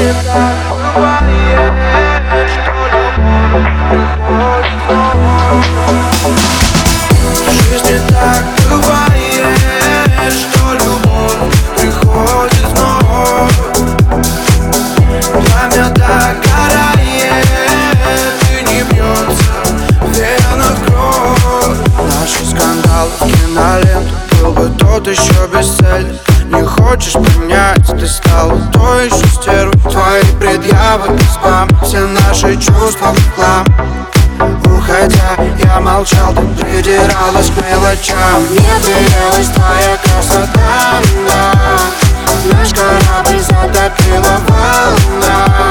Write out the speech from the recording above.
не так бывает, что любовь приходит снова. Жизнь не так бывает, что любовь приходит снова. Пламя догорает, и не бьется в венах кровь. Наши скандалы в киноленту, был бы тот еще бесцельный. Не хочешь понять, ты стала той еще стервой. Твои предъявы и спам, все наши чувства в хлам. Уходя, я молчал, ты придиралась к мелочам. Мне приелась твоя красота, да. Наш корабль затопила волна.